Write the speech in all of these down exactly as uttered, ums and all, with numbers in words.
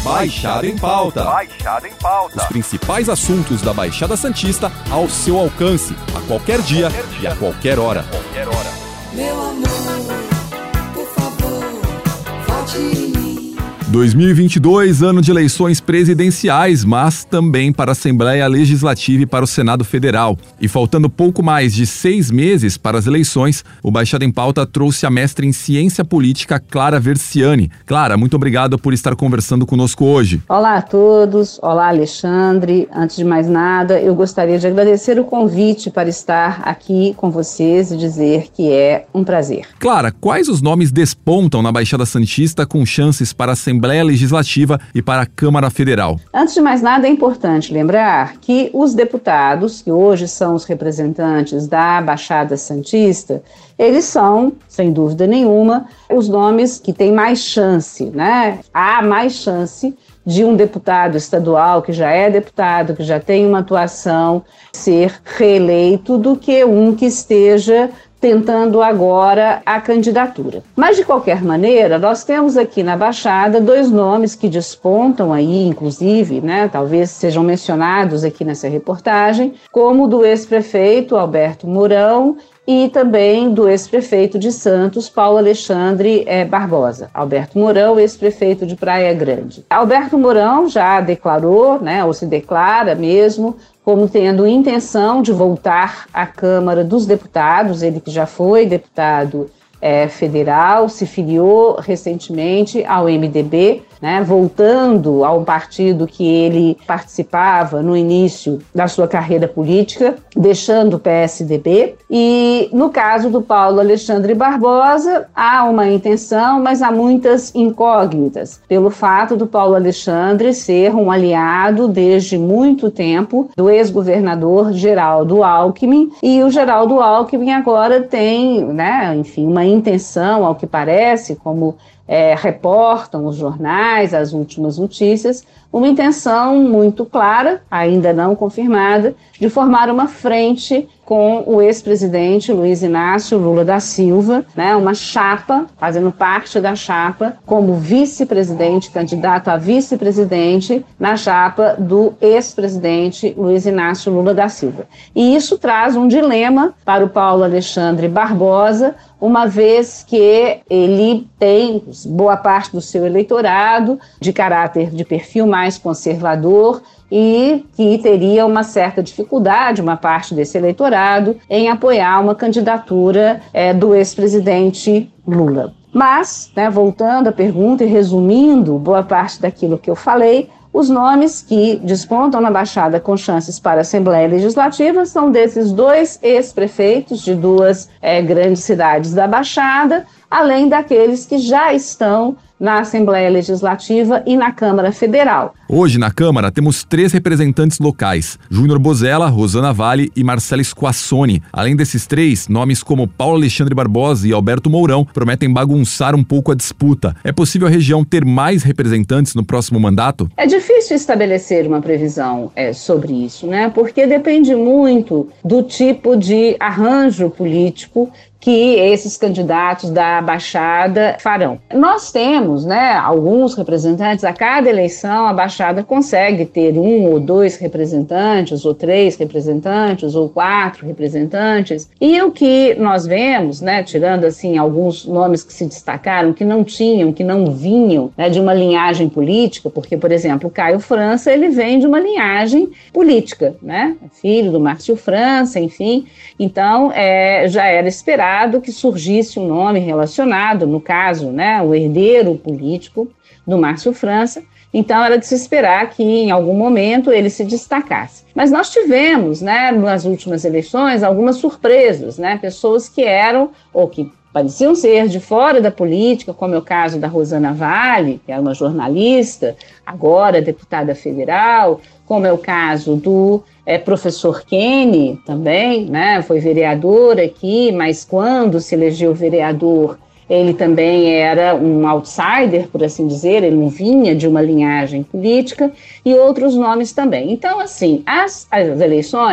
Baixada em Pauta. Baixada em Pauta. Os principais assuntos da Baixada Santista ao seu alcance, a qualquer dia, qualquer dia. e a qualquer hora. Qualquer hora. Meu amor, por favor, volte em mim. dois mil e vinte e dois, ano de eleições presidenciais, mas também para a Assembleia Legislativa e para o Senado Federal. E faltando pouco mais de seis meses para as eleições, o Baixada em Pauta trouxe a mestre em Ciência Política, Clara Versiani. Clara, muito obrigado por estar conversando conosco hoje. Olá a todos, olá Alexandre. Antes de mais nada, eu gostaria de agradecer o convite para estar aqui com vocês e dizer que é um prazer. Clara, quais os nomes despontam na Baixada Santista com chances para a Assembleia Legislativa e para a Câmara Federal? Antes de mais nada, é importante lembrar que os deputados, que hoje são os representantes da Baixada Santista, eles são, sem dúvida nenhuma, os nomes que têm mais chance, né? Há mais chance de um deputado estadual que já é deputado, que já tem uma atuação, ser reeleito do que um que esteja tentando agora a candidatura. Mas, de qualquer maneira, nós temos aqui na Baixada dois nomes que despontam aí, inclusive, né, talvez sejam mencionados aqui nessa reportagem, como o do ex-prefeito Alberto Mourão e também do ex-prefeito de Santos, Paulo Alexandre eh, Barbosa. Alberto Mourão, ex-prefeito de Praia Grande. Alberto Mourão já declarou, né, ou se declara mesmo, como tendo intenção de voltar à Câmara dos Deputados, ele que já foi deputado é, federal, se filiou recentemente ao M D B, né, voltando ao partido que ele participava no início da sua carreira política, deixando o P S D B. E no caso do Paulo Alexandre Barbosa, há uma intenção, mas há muitas incógnitas, pelo fato do Paulo Alexandre ser um aliado desde muito tempo do ex-governador Geraldo Alckmin, e o Geraldo Alckmin agora tem, né, enfim, uma intenção, ao que parece, como É, reportam os jornais, as últimas notícias, uma intenção muito clara, ainda não confirmada, de formar uma frente com o ex-presidente Luiz Inácio Lula da Silva, né, uma chapa, fazendo parte da chapa, como vice-presidente, candidato a vice-presidente na chapa do ex-presidente Luiz Inácio Lula da Silva. E isso traz um dilema para o Paulo Alexandre Barbosa, uma vez que ele tem boa parte do seu eleitorado de caráter de perfil mais conservador e que teria uma certa dificuldade, uma parte desse eleitorado, em apoiar uma candidatura é, do ex-presidente Lula. Mas, né, voltando à pergunta e resumindo boa parte daquilo que eu falei, os nomes que despontam na Baixada com chances para a Assembleia Legislativa são desses dois ex-prefeitos de duas é, grandes cidades da Baixada, além daqueles que já estão na Assembleia Legislativa e na Câmara Federal. Hoje, na Câmara, temos três representantes locais, Júnior Bozella, Rosana Vale e Marcela Squassoni. Além desses três, nomes como Paulo Alexandre Barbosa e Alberto Mourão prometem bagunçar um pouco a disputa. É possível a região ter mais representantes no próximo mandato? É difícil estabelecer uma previsão é, sobre isso, né? Porque depende muito do tipo de arranjo político que esses candidatos da Baixada farão. Nós temos, né, alguns representantes, a cada eleição a Baixada consegue ter um ou dois representantes, ou três representantes, ou quatro representantes, e o que nós vemos, né, tirando assim alguns nomes que se destacaram, que não tinham, que não vinham, né, de uma linhagem política, porque, por exemplo, o Caio França, ele vem de uma linhagem política, né, filho do Márcio França, enfim, então é, já era esperado que surgisse um nome relacionado, no caso, né, o herdeiro político do Márcio França, então era de se esperar que em algum momento ele se destacasse. Mas nós tivemos, né, nas últimas eleições, algumas surpresas, né, pessoas que eram, ou que pareciam ser de fora da política, como é o caso da Rosana Vale, que é uma jornalista, agora deputada federal, como é o caso do é, professor Kenny, também, né, foi vereador aqui, mas quando se elegeu vereador, ele também era um outsider, por assim dizer, ele não vinha de uma linhagem política, e outros nomes também. Então, assim, as, as eleições,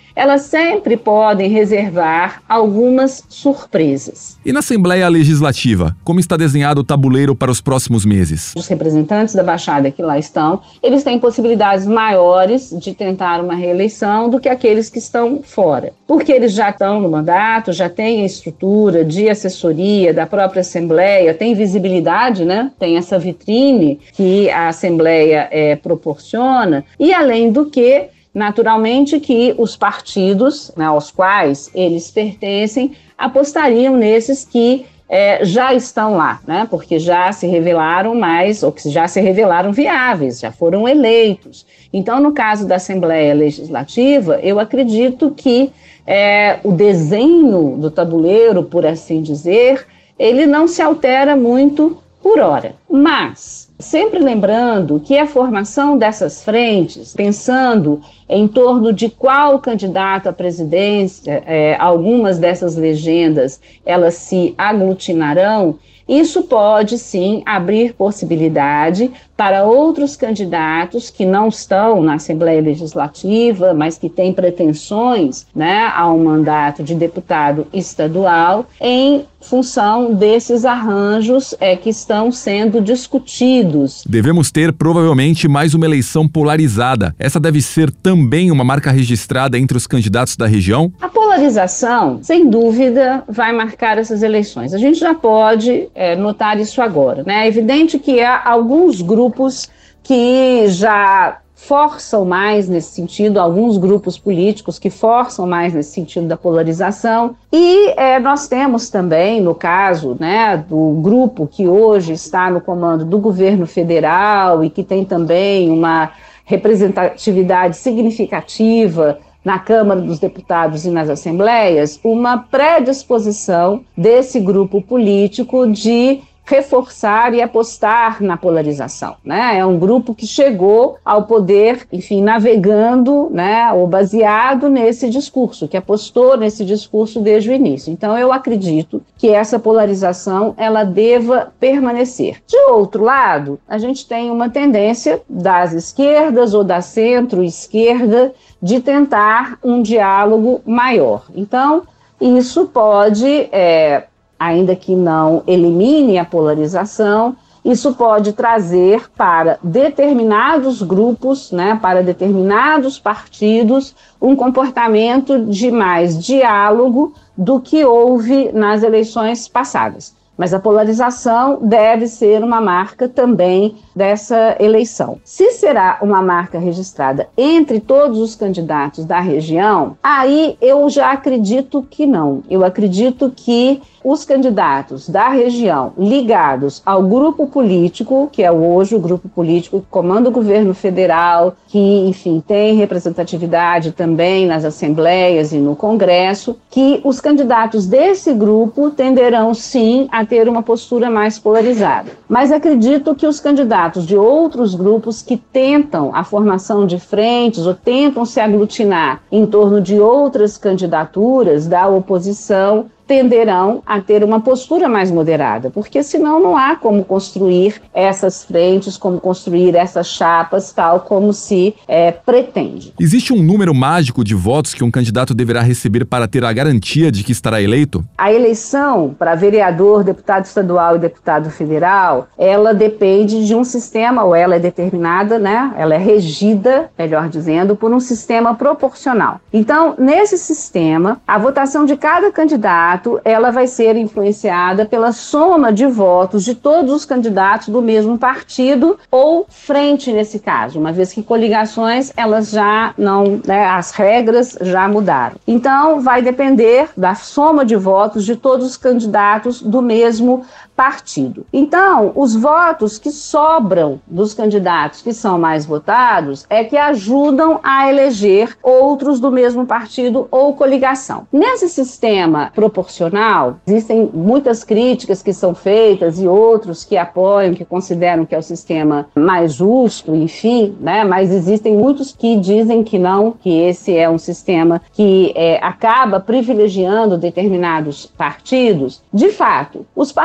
elas sempre podem reservar algumas surpresas. E na Assembleia Legislativa, como está desenhado o tabuleiro para os próximos meses? Os representantes da Baixada que lá estão, eles têm possibilidades maiores de tentar uma reeleição do que aqueles que estão fora, porque eles já estão no mandato, já têm a estrutura de assessoria da própria Assembleia, tem visibilidade, né? Tem essa vitrine que a Assembleia é, proporciona, e além do que, naturalmente que os partidos, né, aos quais eles pertencem apostariam nesses que é, já estão lá, né, porque já se revelaram mais, ou que já se revelaram viáveis, já foram eleitos. Então, no caso da Assembleia Legislativa, eu acredito que é, o desenho do tabuleiro, por assim dizer, ele não se altera muito por hora, mas sempre lembrando que a formação dessas frentes, pensando em torno de qual candidato à presidência, é, algumas dessas legendas, elas se aglutinarão, isso pode, sim, abrir possibilidade para outros candidatos que não estão na Assembleia Legislativa, mas que têm pretensões, né, a um mandato de deputado estadual, em função desses arranjos é, que estão sendo discutidos. Devemos ter, provavelmente, mais uma eleição polarizada. Essa deve ser também uma marca registrada entre os candidatos da região? A polarização, sem dúvida, vai marcar essas eleições. A gente já pode é, notar isso agora, né? É evidente que há alguns grupos que já forçam mais nesse sentido, alguns grupos políticos que forçam mais nesse sentido da polarização, e é, nós temos também, no caso, né, do grupo que hoje está no comando do governo federal e que tem também uma representatividade significativa na Câmara dos Deputados e nas Assembleias, uma predisposição desse grupo político de reforçar e apostar na polarização, né? É um grupo que chegou ao poder, enfim, navegando, né, ou baseado nesse discurso, que apostou nesse discurso desde o início. Então, eu acredito que essa polarização, ela deva permanecer. De outro lado, a gente tem uma tendência das esquerdas ou da centro-esquerda de tentar um diálogo maior. Então, isso pode... É, ainda que não elimine a polarização, isso pode trazer para determinados grupos, né, para determinados partidos, um comportamento de mais diálogo do que houve nas eleições passadas. Mas a polarização deve ser uma marca também dessa eleição. Se será uma marca registrada entre todos os candidatos da região, aí eu já acredito que não. Eu acredito que os candidatos da região ligados ao grupo político, que é hoje o grupo político que comanda o governo federal, que, enfim, tem representatividade também nas assembleias e no Congresso, que os candidatos desse grupo tenderão, sim, a ter uma postura mais polarizada. Mas acredito que os candidatos de outros grupos que tentam a formação de frentes ou tentam se aglutinar em torno de outras candidaturas da oposição tenderão a ter uma postura mais moderada, porque senão não há como construir essas frentes, como construir essas chapas, tal como se é, pretende. Existe um número mágico de votos que um candidato deverá receber para ter a garantia de que estará eleito? A eleição para vereador, deputado estadual e deputado federal, ela depende de um sistema, ou ela é determinada, né? Ela é regida, melhor dizendo, por um sistema proporcional. Então, nesse sistema, a votação de cada candidato ela vai ser influenciada pela soma de votos de todos os candidatos do mesmo partido ou frente nesse caso, uma vez que coligações elas já não, né, as regras já mudaram. Então vai depender da soma de votos de todos os candidatos do mesmo partido. Então, os votos que sobram dos candidatos que são mais votados é que ajudam a eleger outros do mesmo partido ou coligação. Nesse sistema proporcional, existem muitas críticas que são feitas e outros que apoiam, que consideram que é o sistema mais justo, enfim, né? Mas existem muitos que dizem que não, que esse é um sistema que é, acaba privilegiando determinados partidos. De fato, os partidos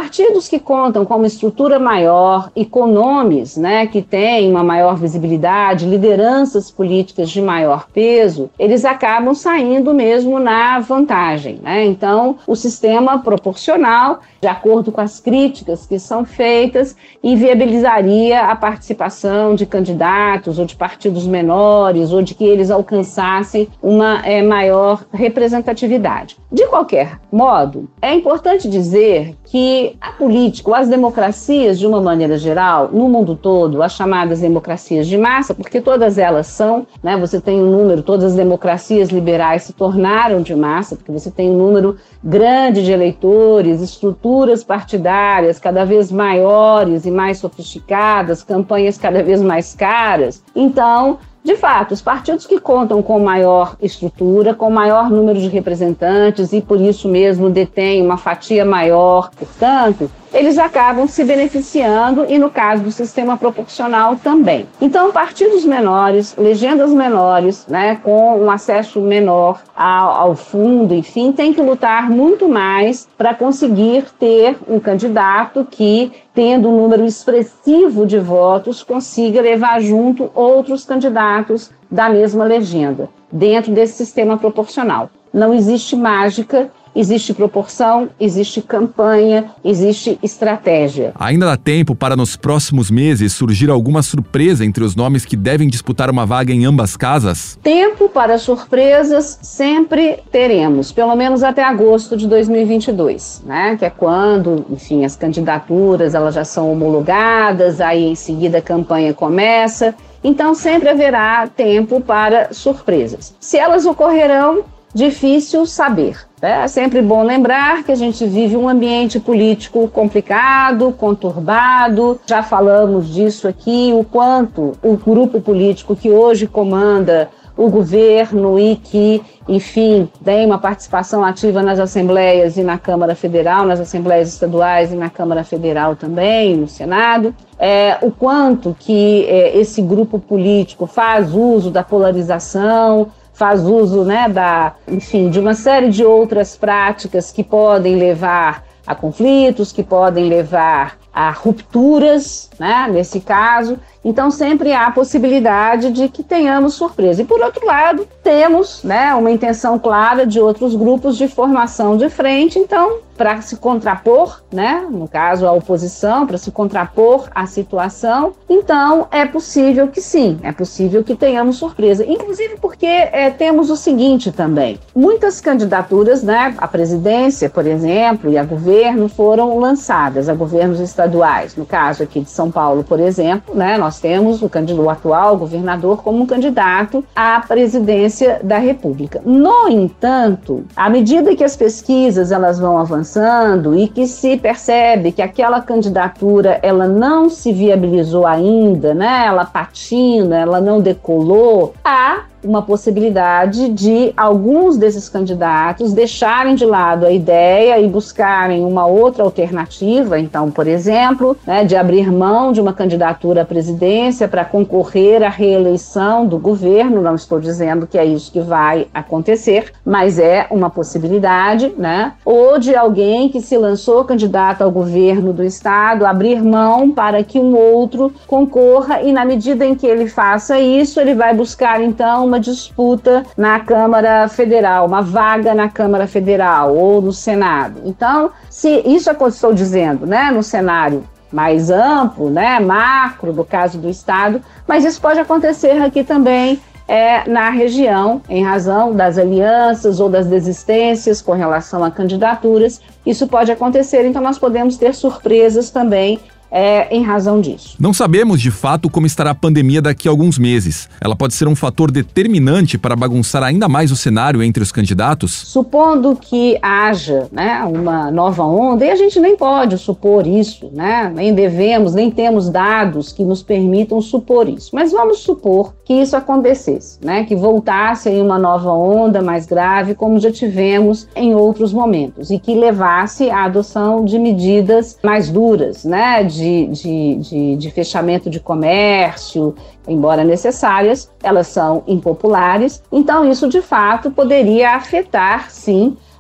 partidos que contam com uma estrutura maior e com nomes, né, que têm uma maior visibilidade, lideranças políticas de maior peso, eles acabam saindo mesmo na vantagem, né? Então, o sistema proporcional, de acordo com as críticas que são feitas, inviabilizaria a participação de candidatos ou de partidos menores ou de que eles alcançassem uma é, maior representatividade. De qualquer modo, é importante dizer que a política, ou as democracias de uma maneira geral, no mundo todo, as chamadas democracias de massa, porque todas elas são, né, você tem um número, todas as democracias liberais se tornaram de massa, porque você tem um número grande de eleitores, estruturas partidárias cada vez maiores e mais sofisticadas, campanhas cada vez mais caras. Então, de fato, os partidos que contam com maior estrutura, com maior número de representantes e por isso mesmo detêm uma fatia maior, portanto, eles acabam se beneficiando e no caso do sistema proporcional também. Então, partidos menores, legendas menores, né, com um acesso menor ao, ao fundo, enfim, tem que lutar muito mais para conseguir ter um candidato que, tendo um número expressivo de votos, consiga levar junto outros candidatos da mesma legenda, dentro desse sistema proporcional. Não existe mágica, existe proporção, existe campanha, existe estratégia. Ainda dá tempo para nos próximos meses surgir alguma surpresa entre os nomes que devem disputar uma vaga em ambas casas? Tempo para surpresas sempre teremos, pelo menos até agosto de dois mil e vinte e dois, né? Que é quando, enfim, as candidaturas elas já são homologadas, aí em seguida a campanha começa. Então sempre haverá tempo para surpresas. Se elas ocorrerão, difícil saber. É sempre bom lembrar que a gente vive um ambiente político complicado, conturbado. Já falamos disso aqui, o quanto o grupo político que hoje comanda o governo e que, enfim, tem uma participação ativa nas assembleias e na Câmara Federal, nas assembleias estaduais e na Câmara Federal também, no Senado, é, o quanto que é, esse grupo político faz uso da polarização, faz uso, né, da, enfim, de uma série de outras práticas que podem levar a conflitos, que podem levar a rupturas, né, nesse caso. Então, sempre há a possibilidade de que tenhamos surpresa. E, por outro lado, temos, né, uma intenção clara de outros grupos de formação de frente. Então, para se contrapor, né, no caso, a oposição, para se contrapor à situação, então é possível que sim, é possível que tenhamos surpresa. Inclusive porque é, temos o seguinte também. Muitas candidaturas, né, à presidência, por exemplo, e a governo foram lançadas, a governos estaduais. No caso aqui de São Paulo, por exemplo, né, nós temos o, o atual governador como um candidato à presidência da República. No entanto, à medida que as pesquisas elas vão avançando e que se percebe que aquela candidatura ela não se viabilizou ainda, né, ela patina, ela não decolou, há uma possibilidade de alguns desses candidatos deixarem de lado a ideia e buscarem uma outra alternativa. Então, por exemplo, né, de abrir mão de uma candidatura à presidência para concorrer à reeleição do governo. Não estou dizendo que é isso que vai acontecer, mas é uma possibilidade, né? Ou de alguém que se lançou candidato ao governo do estado abrir mão para que um outro concorra e, na medida em que ele faça isso, ele vai buscar então uma disputa na Câmara Federal, uma vaga na Câmara Federal ou no Senado. Então, se isso é o que eu estou dizendo, né, no cenário mais amplo, né, macro, do caso do Estado, mas isso pode acontecer aqui também é, na região, em razão das alianças ou das desistências com relação a candidaturas. Isso pode acontecer, então nós podemos ter surpresas também É, em razão disso. Não sabemos de fato como estará a pandemia daqui a alguns meses. Ela pode ser um fator determinante para bagunçar ainda mais o cenário entre os candidatos? Supondo que haja, né, uma nova onda, e a gente nem pode supor isso, né, nem devemos, nem temos dados que nos permitam supor isso. Mas vamos supor que isso acontecesse, né, que voltasse aí uma nova onda mais grave, como já tivemos em outros momentos, e que levasse à adoção de medidas mais duras, né, de De, de, de, de fechamento de comércio, embora necessárias, elas são impopulares. Então, isso de fato poderia afetar, sim,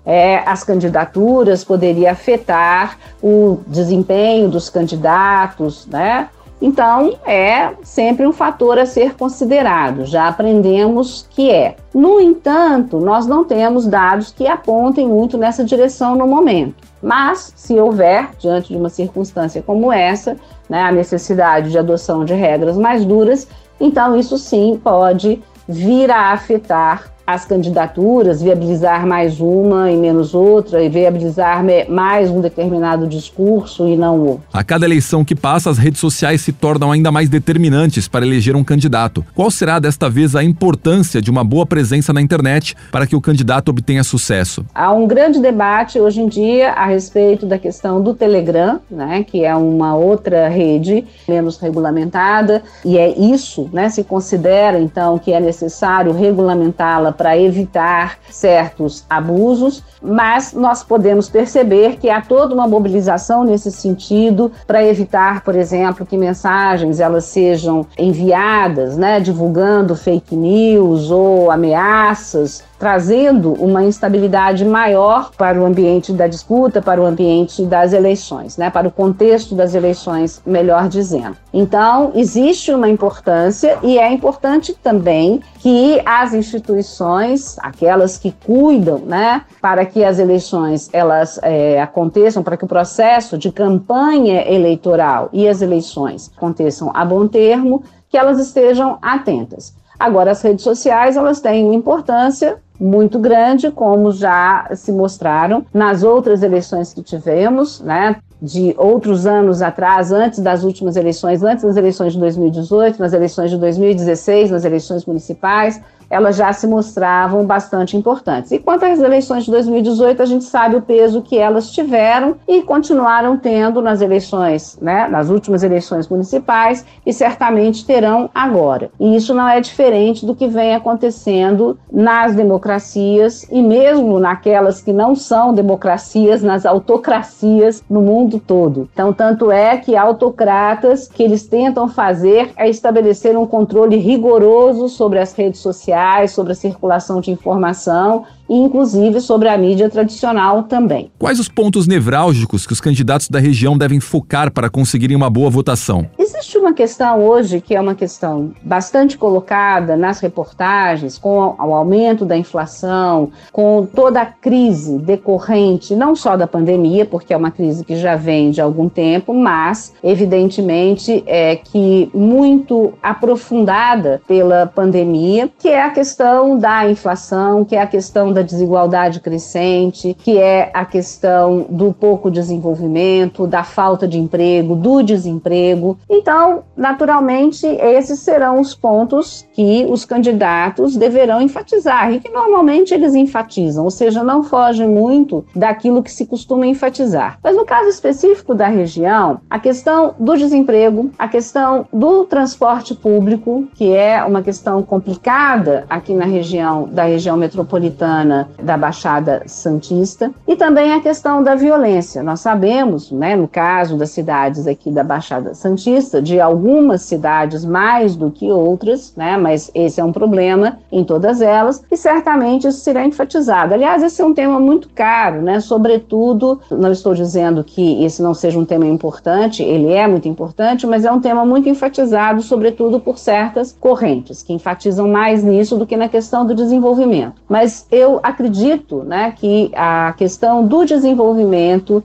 é, as candidaturas, poderia afetar o desempenho dos candidatos, né? Então, é sempre um fator a ser considerado, já aprendemos que é. No entanto, nós não temos dados que apontem muito nessa direção no momento. Mas, se houver, diante de uma circunstância como essa, né, a necessidade de adoção de regras mais duras, então isso sim pode vir a afetar as candidaturas, viabilizar mais uma e menos outra, e viabilizar mais um determinado discurso e não outro. A cada eleição que passa, as redes sociais se tornam ainda mais determinantes para eleger um candidato. Qual será desta vez a importância de uma boa presença na internet para que o candidato obtenha sucesso? Há um grande debate hoje em dia a respeito da questão do Telegram, né, que é uma outra rede menos regulamentada, e é isso, né, se considera então que é necessário regulamentá-la para evitar certos abusos, mas nós podemos perceber que há toda uma mobilização nesse sentido para evitar, por exemplo, que mensagens elas sejam enviadas, né, divulgando fake news ou ameaças, trazendo uma instabilidade maior para o ambiente da disputa, para o ambiente das eleições, né, para o contexto das eleições, melhor dizendo. Então, existe uma importância e é importante também que as instituições, aquelas que cuidam, né, para que as eleições elas é, aconteçam, para que o processo de campanha eleitoral e as eleições aconteçam a bom termo, que elas estejam atentas. Agora, as redes sociais, elas têm uma importância muito grande, como já se mostraram nas outras eleições que tivemos, né, de outros anos atrás, antes das últimas eleições, antes das eleições de dois mil e dezoito, nas eleições de dois mil e dezesseis, nas eleições municipais, elas já se mostravam bastante importantes. E quanto às eleições de dois mil e dezoito, a gente sabe o peso que elas tiveram e continuaram tendo nas eleições, né, nas últimas eleições municipais, e certamente terão agora. E isso não é diferente do que vem acontecendo nas democracias e mesmo naquelas que não são democracias, nas autocracias no mundo todo. Então, tanto é que autocratas, que eles tentam fazer é estabelecer um controle rigoroso sobre as redes sociais, sobre a circulação de informação e, inclusive, sobre a mídia tradicional também. Quais os pontos nevrálgicos que os candidatos da região devem focar para conseguirem uma boa votação? Existe uma questão hoje que é uma questão bastante colocada nas reportagens, com o aumento da inflação, com toda a crise decorrente, não só da pandemia, porque é uma crise que já vem de algum tempo, mas, evidentemente, é que muito aprofundada pela pandemia, que é a questão da inflação, que é a questão da desigualdade crescente, que é a questão do pouco desenvolvimento, da falta de emprego, do desemprego. Então, naturalmente, esses serão os pontos que os candidatos deverão enfatizar e que normalmente eles enfatizam, ou seja, não fogem muito daquilo que se costuma enfatizar. Mas no caso específico da região, a questão do desemprego, a questão do transporte público, que é uma questão complicada aqui na região, da região metropolitana da Baixada Santista, e também a questão da violência. Nós sabemos, né, no caso das cidades aqui da Baixada Santista, de algumas cidades mais do que outras, né, mas esse é um problema em todas elas, e certamente isso será enfatizado. Aliás, esse é um tema muito caro, né, sobretudo, não estou dizendo que esse não seja um tema importante, ele é muito importante, mas é um tema muito enfatizado, sobretudo por certas correntes, que enfatizam mais nisso do que na questão do desenvolvimento. Mas eu acredito, né, que a questão do desenvolvimento,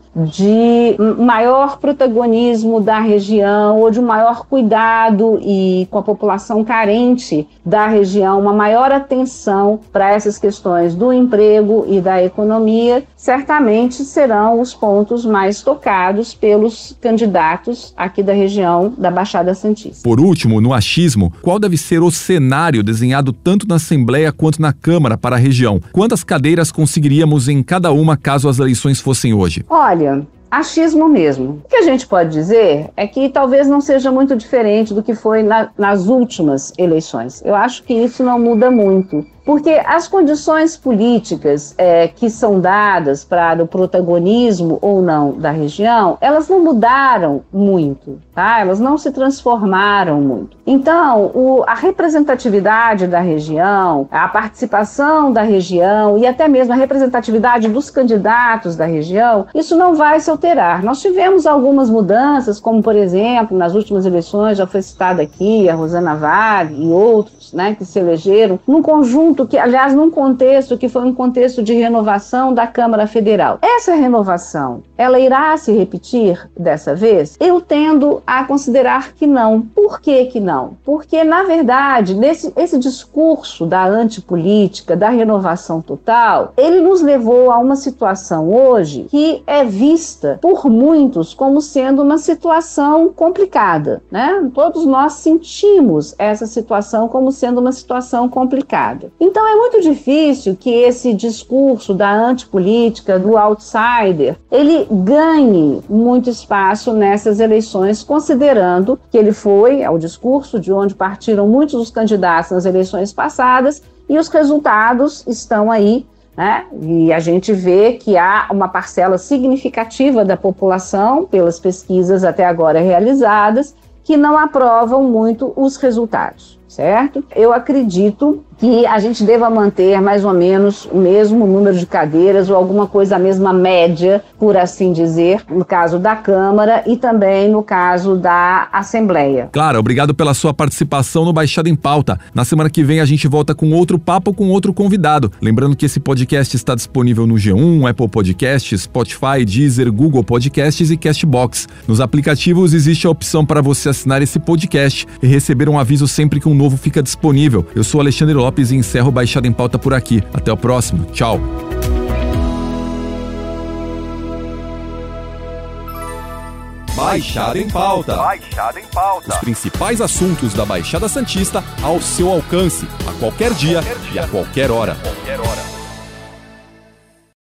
de maior protagonismo da região ou de um maior cuidado e com a população carente da região, uma maior atenção para essas questões do emprego e da economia, certamente serão os pontos mais tocados pelos candidatos aqui da região da Baixada Santista. Por último, no achismo, qual deve ser o cenário desenhado tanto na Assembleia quanto na Câmara para a região? Quantas cadeiras conseguiríamos em cada uma caso as eleições fossem hoje? Olha, achismo mesmo. O que a gente pode dizer é que talvez não seja muito diferente do que foi na, nas últimas eleições. Eu acho que isso não muda muito. Porque as condições políticas é, que são dadas para o protagonismo ou não da região, elas não mudaram muito, tá? Elas não se transformaram muito. Então, o, a representatividade da região, a participação da região e até mesmo a representatividade dos candidatos da região, isso não vai se alterar. Nós tivemos algumas mudanças, como por exemplo, nas últimas eleições, já foi citada aqui a Rosana Vale e outros, né, que se elegeram, num conjunto que, aliás, num contexto que foi um contexto de renovação da Câmara Federal. Essa renovação, ela irá se repetir dessa vez? Eu tendo a considerar que não. Por que que não? Porque, na verdade, nesse, esse discurso da antipolítica, da renovação total, ele nos levou a uma situação hoje que é vista por muitos como sendo uma situação complicada, né? Todos nós sentimos essa situação como sendo uma situação complicada. Então é muito difícil que esse discurso da antipolítica, do outsider, ele ganhe muito espaço nessas eleições, considerando que ele foi, é o discurso de onde partiram muitos dos candidatos nas eleições passadas, e os resultados estão aí, né? E a gente vê que há uma parcela significativa da população, pelas pesquisas até agora realizadas, que não aprovam muito os resultados, certo? Eu acredito que a gente deva manter mais ou menos o mesmo número de cadeiras ou alguma coisa, a mesma média, por assim dizer, no caso da Câmara e também no caso da Assembleia. Clara, obrigado pela sua participação no Baixada em Pauta. Na semana que vem a gente volta com outro papo com outro convidado. Lembrando que esse podcast está disponível no G um, Apple Podcasts, Spotify, Deezer, Google Podcasts e Castbox. Nos aplicativos existe a opção para você assinar esse podcast e receber um aviso sempre que um novo fica disponível. Eu sou Alexandre Lopes e encerro Baixada em Pauta por aqui. Até o próximo. Tchau. Baixada em Pauta. Baixada em Pauta. Os principais assuntos da Baixada Santista ao seu alcance, a qualquer dia, qualquer dia. e a qualquer hora. Qualquer hora.